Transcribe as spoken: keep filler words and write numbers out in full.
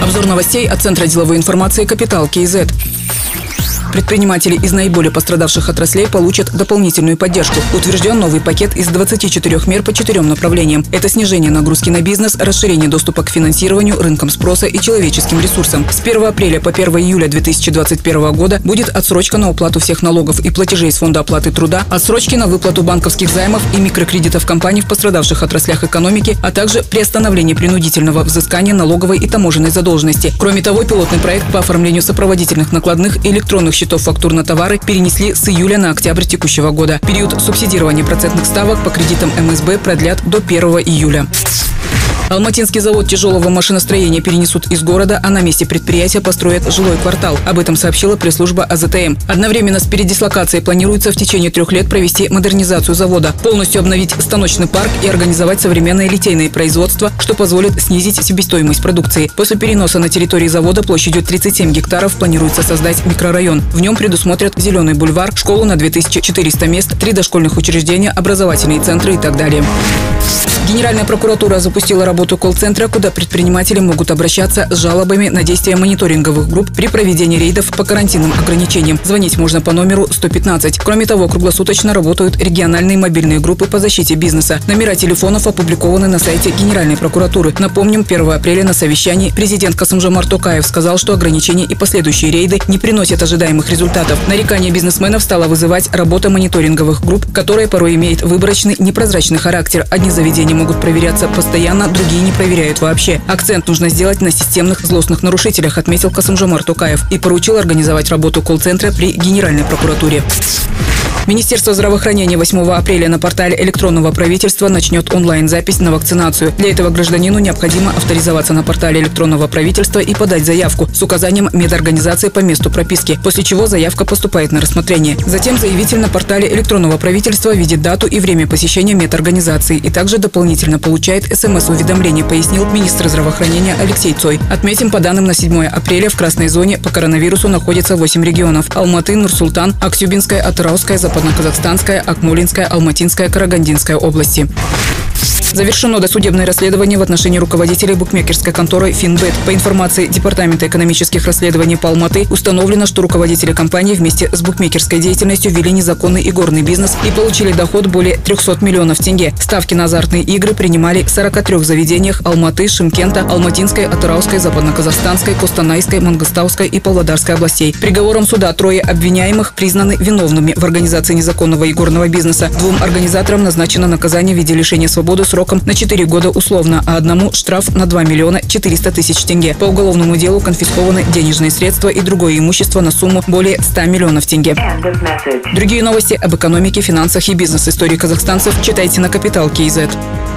Обзор новостей от Центра деловой информации «Капитал КИЗ». Предприниматели из наиболее пострадавших отраслей получат дополнительную поддержку. Утвержден новый пакет из двадцати четырёх мер по четырем направлениям. Это снижение нагрузки на бизнес, расширение доступа к финансированию, рынкам спроса и человеческим ресурсам. С первого апреля по первое июля две тысячи двадцать первого года будет отсрочка на уплату всех налогов и платежей с Фонда оплаты труда, отсрочки на выплату банковских займов и микрокредитов компаний в пострадавших отраслях экономики, а также приостановление принудительного взыскания налоговой и таможенной задолженности. Кроме того, пилотный проект по оформлению сопроводительных накладных и электронных счетов счетов фактур на товары перенесли с июля на октябрь текущего года. Период субсидирования процентных ставок по кредитам эм эс бэ продлят до первого июля. Алматинский завод тяжелого машиностроения перенесут из города, а на месте предприятия построят жилой квартал. Об этом сообщила пресс-служба а зэ тэ эм. Одновременно с передислокацией планируется в течение трех лет провести модернизацию завода, полностью обновить станочный парк и организовать современное литейное производство, что позволит снизить себестоимость продукции. После переноса на территории завода площадью тридцать семь гектаров планируется создать микрорайон. В нем предусмотрят зеленый бульвар, школу на две тысячи четыреста мест, три дошкольных учреждения, образовательные центры и так далее. Генеральная прокуратура запустила работу колл-центра, куда предприниматели могут обращаться с жалобами на действия мониторинговых групп при проведении рейдов по карантинным ограничениям. Звонить можно по номеру сто пятнадцать. Кроме того, круглосуточно работают региональные мобильные группы по защите бизнеса. Номера телефонов опубликованы на сайте Генеральной прокуратуры. Напомним, первого апреля на совещании президент Касым-Жомарт Токаев сказал, что ограничения и последующие рейды не приносят ожидаемых результатов. Нарекания бизнесменов стала вызывать работа мониторинговых групп, которая порой имеет выборочный, непрозрачный характер. Одни заведения могут проверяться постоянно, другие не проверяют вообще. Акцент нужно сделать на системных злостных нарушителях, отметил Касым-Жомарт Токаев и поручил организовать работу колл-центра при Генеральной прокуратуре. Министерство здравоохранения восьмого апреля на портале электронного правительства начнет онлайн-запись на вакцинацию. Для этого гражданину необходимо авторизоваться на портале электронного правительства и подать заявку с указанием медорганизации по месту прописки, после чего заявка поступает на рассмотрение. Затем заявитель на портале электронного правительства видит дату и время посещения медорганизации и также дополнительно получает эс эм эс-уведомление, пояснил министр здравоохранения Алексей Цой. Отметим, по данным на седьмое апреля в красной зоне по коронавирусу находится восемь регионов: Алматы, Нур-Султан, Актюбинская, Атырауская, Западно-Казахстанская, Акмолинская, Алматинская, Карагандинская области. Завершено досудебное расследование в отношении руководителей букмекерской конторы «Финбет». По информации Департамента экономических расследований по Алматы, установлено, что руководители компании вместе с букмекерской деятельностью вели незаконный игорный бизнес и получили доход более трёхсот миллионов тенге. Ставки на азартные игры принимали в сорока трёх заведениях Алматы, Шымкента, Алматинской, Атырауской, Западно-Казахстанской, Костанайской, Мангостауской и Павлодарской областей. Приговором суда трое обвиняемых признаны виновными в организации незаконного игорного бизнеса. Двум организаторам назначено наказание в виде лишения свободы сроком на четыре года условно, а одному штраф на два миллиона четыреста тысяч тенге. По уголовному делу конфискованы денежные средства и другое имущество на сумму более ста миллионов тенге. Другие новости об экономике, финансах и бизнес-истории казахстанцев читайте на Капитал КИЗ.